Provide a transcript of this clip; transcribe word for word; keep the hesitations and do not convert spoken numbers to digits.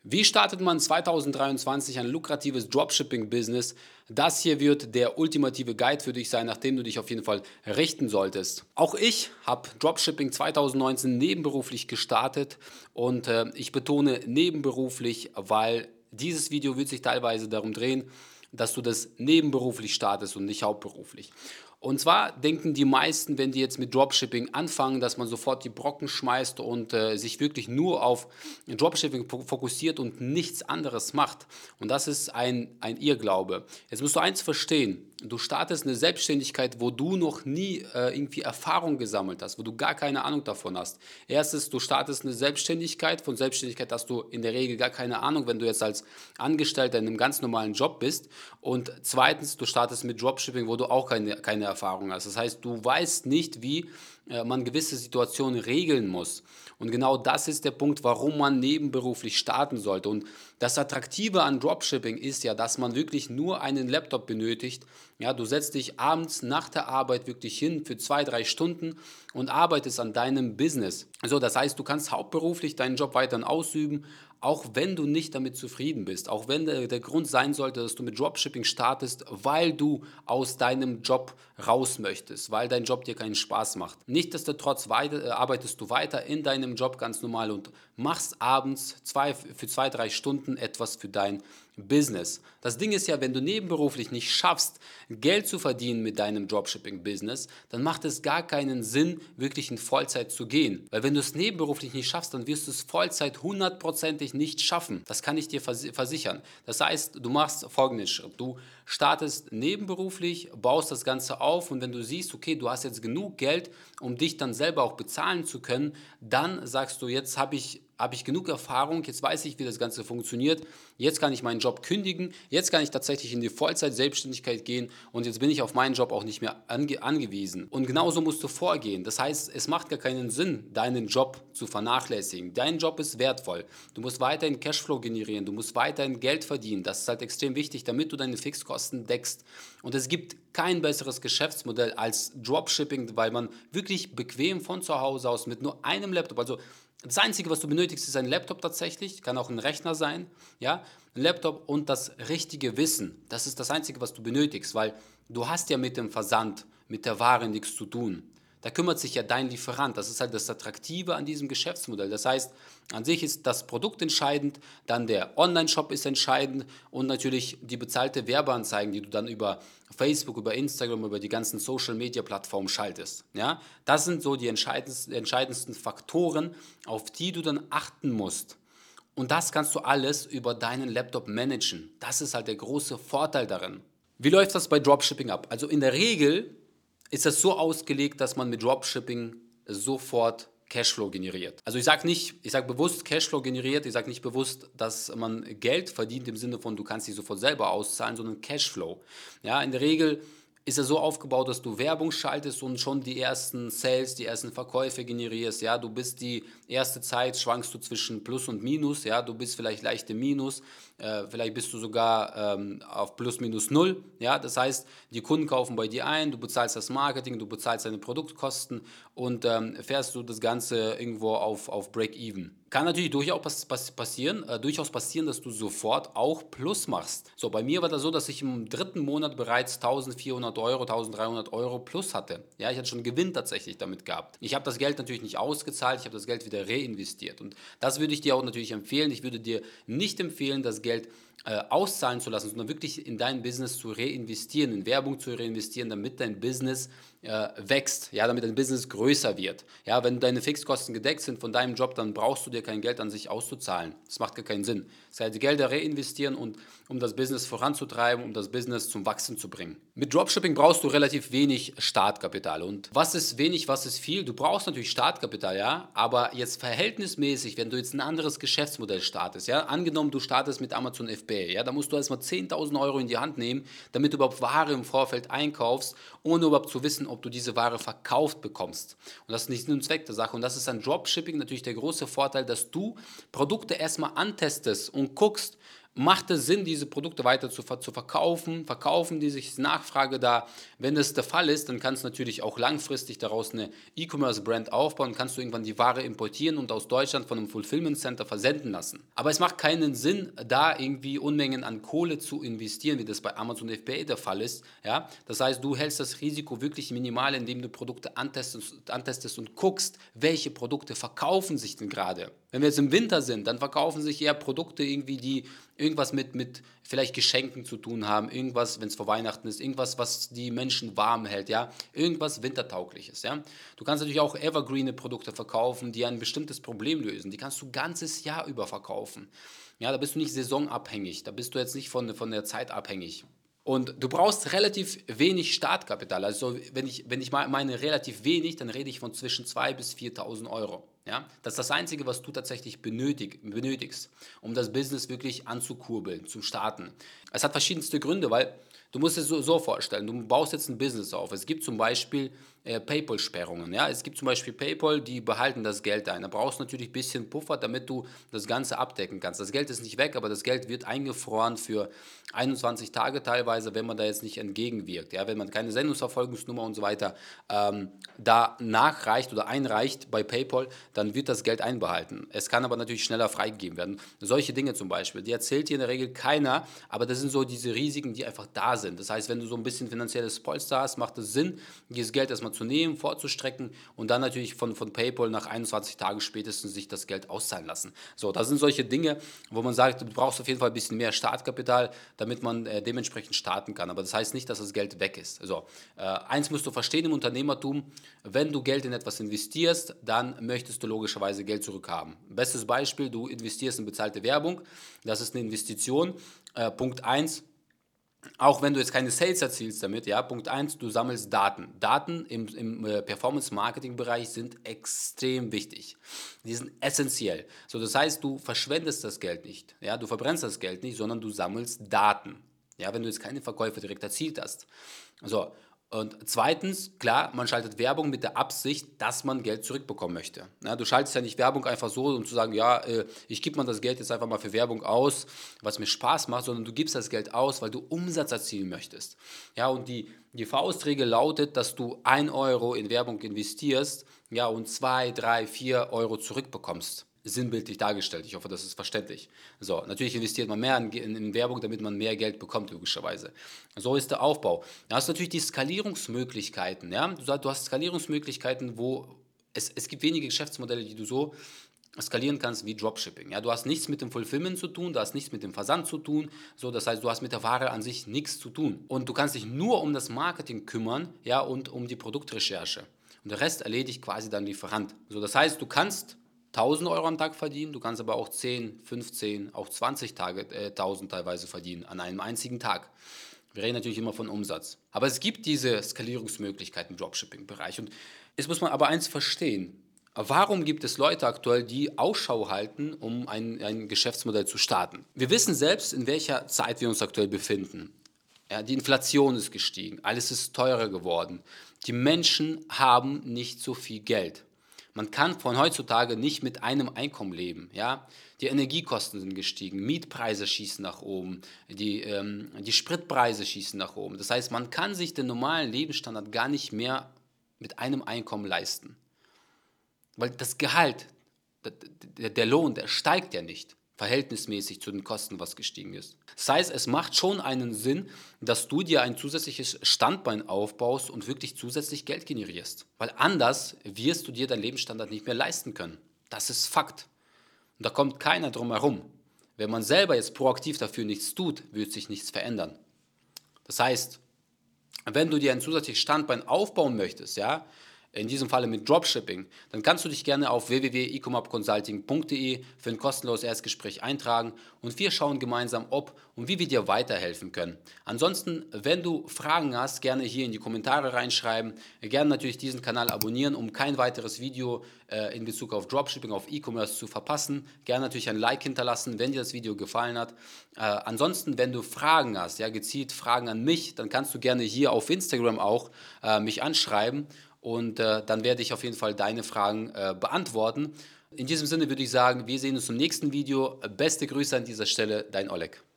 Wie startet man zweitausenddreiundzwanzig ein lukratives Dropshipping-Business? Das hier wird der ultimative Guide für dich sein, nach dem du dich auf jeden Fall richten solltest. Auch ich habe Dropshipping zweitausendneunzehn nebenberuflich gestartet und äh, ich betone nebenberuflich, weil dieses Video wird sich teilweise darum drehen, dass du das nebenberuflich startest und nicht hauptberuflich. Und zwar denken die meisten, wenn die jetzt mit Dropshipping anfangen, dass man sofort die Brocken schmeißt und äh, sich wirklich nur auf Dropshipping fokussiert und nichts anderes macht. Und das ist ein, ein Irrglaube. Jetzt musst du eins verstehen. Du startest eine Selbstständigkeit, wo du noch nie äh, irgendwie Erfahrung gesammelt hast, wo du gar keine Ahnung davon hast. Erstens, du startest eine Selbstständigkeit. Von Selbstständigkeit hast du in der Regel gar keine Ahnung, wenn du jetzt als Angestellter in einem ganz normalen Job bist. Und zweitens, du startest mit Dropshipping, wo du auch keine, keine Erfahrung hast. Das heißt, du weißt nicht, wie äh, man gewisse Situationen regeln muss. Und genau das ist der Punkt, warum man nebenberuflich starten sollte. Und das Attraktive an Dropshipping ist ja, dass man wirklich nur einen Laptop benötigt. Ja, du setzt dich abends nach der Arbeit wirklich hin für zwei, drei Stunden und arbeitest an deinem Business. Also das heißt, du kannst hauptberuflich deinen Job weiterhin ausüben, auch wenn du nicht damit zufrieden bist, auch wenn der, der Grund sein sollte, dass du mit Dropshipping startest, weil du aus deinem Job raus möchtest, weil dein Job dir keinen Spaß macht. Nichtsdestotrotz weiter, äh, arbeitest du weiter in deinem Job ganz normal und machst abends zwei, für zwei, drei Stunden etwas für dein Business. Das Ding ist ja, wenn du nebenberuflich nicht schaffst, Geld zu verdienen mit deinem Dropshipping-Business, dann macht es gar keinen Sinn, wirklich in Vollzeit zu gehen. Weil wenn du es nebenberuflich nicht schaffst, dann wirst du es Vollzeit hundertprozentig nicht schaffen. Das kann ich dir vers versichern. Das heißt, du machst folgenden Schritt. Du startest nebenberuflich, baust das Ganze auf und wenn du siehst, okay, du hast jetzt genug Geld, um dich dann selber auch bezahlen zu können, dann sagst du, jetzt habe ich habe ich genug Erfahrung, jetzt weiß ich, wie das Ganze funktioniert, jetzt kann ich meinen Job kündigen, jetzt kann ich tatsächlich in die Vollzeit-Selbstständigkeit gehen und jetzt bin ich auf meinen Job auch nicht mehr ange angewiesen. Und genauso musst du vorgehen. Das heißt, es macht gar keinen Sinn, deinen Job zu vernachlässigen. Dein Job ist wertvoll. Du musst weiterhin Cashflow generieren, du musst weiterhin Geld verdienen. Das ist halt extrem wichtig, damit du deine Fixkosten deckst. Und es gibt kein besseres Geschäftsmodell als Dropshipping, weil man wirklich bequem von zu Hause aus mit nur einem Laptop, also das Einzige, was du benötigst, ist ein Laptop tatsächlich, kann auch ein Rechner sein, ja, ein Laptop und das richtige Wissen. Das ist das Einzige, was du benötigst, weil du hast ja mit dem Versand, mit der Ware nichts zu tun. Da kümmert sich ja dein Lieferant. Das ist halt das Attraktive an diesem Geschäftsmodell. Das heißt, an sich ist das Produkt entscheidend, dann der Online-Shop ist entscheidend und natürlich die bezahlte Werbeanzeigen, die du dann über Facebook, über Instagram, über die ganzen Social-Media-Plattformen schaltest. Ja? Das sind so die entscheidendsten, entscheidendsten Faktoren, auf die du dann achten musst. Und das kannst du alles über deinen Laptop managen. Das ist halt der große Vorteil darin. Wie läuft das bei Dropshipping ab? Also in der Regel ist das so ausgelegt, dass man mit Dropshipping sofort Cashflow generiert. Also ich sage nicht, ich sage bewusst Cashflow generiert, ich sage nicht bewusst, dass man Geld verdient im Sinne von, du kannst dich sofort selber auszahlen, sondern Cashflow. Ja, in der Regel ist er so aufgebaut, dass du Werbung schaltest und schon die ersten Sales, die ersten Verkäufe generierst. Ja, du bist die erste Zeit, schwankst du zwischen Plus und Minus. Ja, du bist vielleicht leicht im Minus, äh, vielleicht bist du sogar ähm, auf Plus minus null. Ja, das heißt, die Kunden kaufen bei dir ein, du bezahlst das Marketing, du bezahlst deine Produktkosten und ähm, fährst du das Ganze irgendwo auf, auf Break-Even. Kann natürlich durchaus passieren, äh, durchaus passieren, dass du sofort auch Plus machst. So, bei mir war das so, dass ich im dritten Monat bereits eintausendvierhundert Euro, eintausenddreihundert Euro Plus hatte. Ja, ich hatte schon Gewinn tatsächlich damit gehabt. Ich habe das Geld natürlich nicht ausgezahlt, ich habe das Geld wieder reinvestiert. Und das würde ich dir auch natürlich empfehlen. Ich würde dir nicht empfehlen, das Geld äh, auszahlen zu lassen, sondern wirklich in dein Business zu reinvestieren, in Werbung zu reinvestieren, damit dein Business äh, wächst, ja, damit dein Business größer wird. Ja, wenn deine Fixkosten gedeckt sind von deinem Job, dann brauchst du dir kein Geld an sich auszuzahlen. Das macht gar keinen Sinn. Das heißt, die Gelder reinvestieren und um das Business voranzutreiben, um das Business zum Wachsen zu bringen. Mit Dropshipping brauchst du relativ wenig Startkapital. Und was ist wenig, was ist viel? Du brauchst natürlich Startkapital, ja, aber jetzt verhältnismäßig, wenn du jetzt ein anderes Geschäftsmodell startest, ja, angenommen, du startest mit Amazon F B A, ja, da musst du erstmal zehntausend Euro in die Hand nehmen, damit du überhaupt Ware im Vorfeld einkaufst, ohne überhaupt zu wissen, ob du diese Ware verkauft bekommst. Und das ist nicht Sinn und Zweck der Sache. Und das ist an Dropshipping natürlich der große Vorteil, dass du Produkte erstmal antestest und guckst, Macht es Sinn, diese Produkte weiter zu, ver zu verkaufen? Verkaufen die sich, ist Nachfrage da? Wenn das der Fall ist, dann kannst du natürlich auch langfristig daraus eine E-Commerce-Brand aufbauen, kannst du irgendwann die Ware importieren und aus Deutschland von einem Fulfillment Center versenden lassen. Aber es macht keinen Sinn, da irgendwie Unmengen an Kohle zu investieren, wie das bei Amazon F B A der Fall ist. Ja? Das heißt, du hältst das Risiko wirklich minimal, indem du Produkte antestest, antestest und guckst, welche Produkte verkaufen sich denn gerade. Wenn wir jetzt im Winter sind, dann verkaufen sich eher Produkte irgendwie, die irgendwas mit, mit vielleicht Geschenken zu tun haben, irgendwas, wenn es vor Weihnachten ist, irgendwas, was die Menschen warm hält, ja, irgendwas Wintertaugliches, ja. Du kannst natürlich auch evergreene Produkte verkaufen, die ein bestimmtes Problem lösen, die kannst du ganzes Jahr über verkaufen. Ja, da bist du nicht saisonabhängig, da bist du jetzt nicht von, von der Zeit abhängig. Und du brauchst relativ wenig Startkapital. Also wenn ich, wenn ich meine relativ wenig, dann rede ich von zwischen zweitausend bis viertausend Euro. Ja? Das ist das Einzige, was du tatsächlich benötig, benötigst, um das Business wirklich anzukurbeln, zum Starten. Es hat verschiedenste Gründe, weil du musst es so, so vorstellen, du baust jetzt ein Business auf. Es gibt zum Beispiel äh, PayPal-Sperrungen. Ja? Es gibt zum Beispiel PayPal, die behalten das Geld ein. Da brauchst du natürlich ein bisschen Puffer, damit du das Ganze abdecken kannst. Das Geld ist nicht weg, aber das Geld wird eingefroren für einundzwanzig Tage teilweise, wenn man da jetzt nicht entgegenwirkt. Ja? Wenn man keine Sendungsverfolgungsnummer und so weiter ähm, da nachreicht oder einreicht bei PayPal, dann wird das Geld einbehalten. Es kann aber natürlich schneller freigegeben werden. Solche Dinge zum Beispiel, die erzählt dir in der Regel keiner, aber das sind so diese Risiken, die einfach da sind. Das heißt, wenn du so ein bisschen finanzielles Polster hast, macht es Sinn, dieses Geld erstmal zu nehmen, vorzustrecken und dann natürlich von, von PayPal nach einundzwanzig Tagen spätestens sich das Geld auszahlen lassen. So, das sind solche Dinge, wo man sagt, du brauchst auf jeden Fall ein bisschen mehr Startkapital, damit man äh, dementsprechend starten kann. Aber das heißt nicht, dass das Geld weg ist. Also, äh, eins musst du verstehen im Unternehmertum, wenn du Geld in etwas investierst, dann möchtest du logischerweise Geld zurückhaben. Bestes Beispiel, du investierst in bezahlte Werbung, das ist eine Investition. Äh, Punkt eins, auch wenn du jetzt keine Sales erzielst damit, ja, Punkt eins, du sammelst Daten. Daten im, im äh, Performance-Marketing-Bereich sind extrem wichtig. Die sind essentiell. So, das heißt, du verschwendest das Geld nicht, ja, du verbrennst das Geld nicht, sondern du sammelst Daten. Ja, wenn du jetzt keine Verkäufe direkt erzielt hast. So, und zweitens, klar, man schaltet Werbung mit der Absicht, dass man Geld zurückbekommen möchte. Ja, du schaltest ja nicht Werbung einfach so, um zu sagen, ja, äh, ich gebe mal das Geld jetzt einfach mal für Werbung aus, was mir Spaß macht, sondern du gibst das Geld aus, weil du Umsatz erzielen möchtest. Ja, und die, die Faustregel lautet, dass du ein Euro in Werbung investierst, ja, und zwei, drei, vier Euro zurückbekommst. Sinnbildlich dargestellt. Ich hoffe, das ist verständlich. So, natürlich investiert man mehr in, in, in Werbung, damit man mehr Geld bekommt, logischerweise. So ist der Aufbau. Du hast natürlich die Skalierungsmöglichkeiten. Ja? Du, du hast Skalierungsmöglichkeiten, wo es, es gibt wenige Geschäftsmodelle, die du so skalieren kannst wie Dropshipping. Ja? Du hast nichts mit dem Fulfillment zu tun, du hast nichts mit dem Versand zu tun. So, das heißt, du hast mit der Ware an sich nichts zu tun. Und du kannst dich nur um das Marketing kümmern, ja, und um die Produktrecherche. Und der Rest erledigt quasi dein Lieferant. So, das heißt, du kannst tausend Euro am Tag verdienen, du kannst aber auch zehn, fünfzehn, auch zwanzig Tage, äh, tausend teilweise verdienen an einem einzigen Tag. Wir reden natürlich immer von Umsatz. Aber es gibt diese Skalierungsmöglichkeiten im Dropshipping-Bereich. Und jetzt muss man aber eins verstehen. Warum gibt es Leute aktuell, die Ausschau halten, um ein, ein Geschäftsmodell zu starten? Wir wissen selbst, in welcher Zeit wir uns aktuell befinden. Ja, die Inflation ist gestiegen, alles ist teurer geworden. Die Menschen haben nicht so viel Geld. Man kann von heutzutage nicht mit einem Einkommen leben. Ja? Die Energiekosten sind gestiegen, Mietpreise schießen nach oben, die, ähm, die Spritpreise schießen nach oben. Das heißt, man kann sich den normalen Lebensstandard gar nicht mehr mit einem Einkommen leisten. Weil das Gehalt, der, der Lohn, der steigt ja nicht verhältnismäßig zu den Kosten, was gestiegen ist. Das heißt, es macht schon einen Sinn, dass du dir ein zusätzliches Standbein aufbaust und wirklich zusätzlich Geld generierst. Weil anders wirst du dir deinen Lebensstandard nicht mehr leisten können. Das ist Fakt. Und da kommt keiner drum herum. Wenn man selber jetzt proaktiv dafür nichts tut, wird sich nichts verändern. Das heißt, wenn du dir ein zusätzliches Standbein aufbauen möchtest, ja, in diesem Falle mit Dropshipping, dann kannst du dich gerne auf w w w punkt ecomupconsulting punkt de für ein kostenloses Erstgespräch eintragen und wir schauen gemeinsam, ob und wie wir dir weiterhelfen können. Ansonsten, wenn du Fragen hast, gerne hier in die Kommentare reinschreiben, gerne natürlich diesen Kanal abonnieren, um kein weiteres Video äh, in Bezug auf Dropshipping, auf E-Commerce zu verpassen. Gerne natürlich ein Like hinterlassen, wenn dir das Video gefallen hat. Äh, ansonsten, wenn du Fragen hast, ja, gezielt Fragen an mich, dann kannst du gerne hier auf Instagram auch äh, mich anschreiben. und äh, dann werde ich auf jeden Fall deine Fragen äh, beantworten. In diesem Sinne würde ich sagen, wir sehen uns im nächsten Video. Beste Grüße an dieser Stelle, dein Oleg.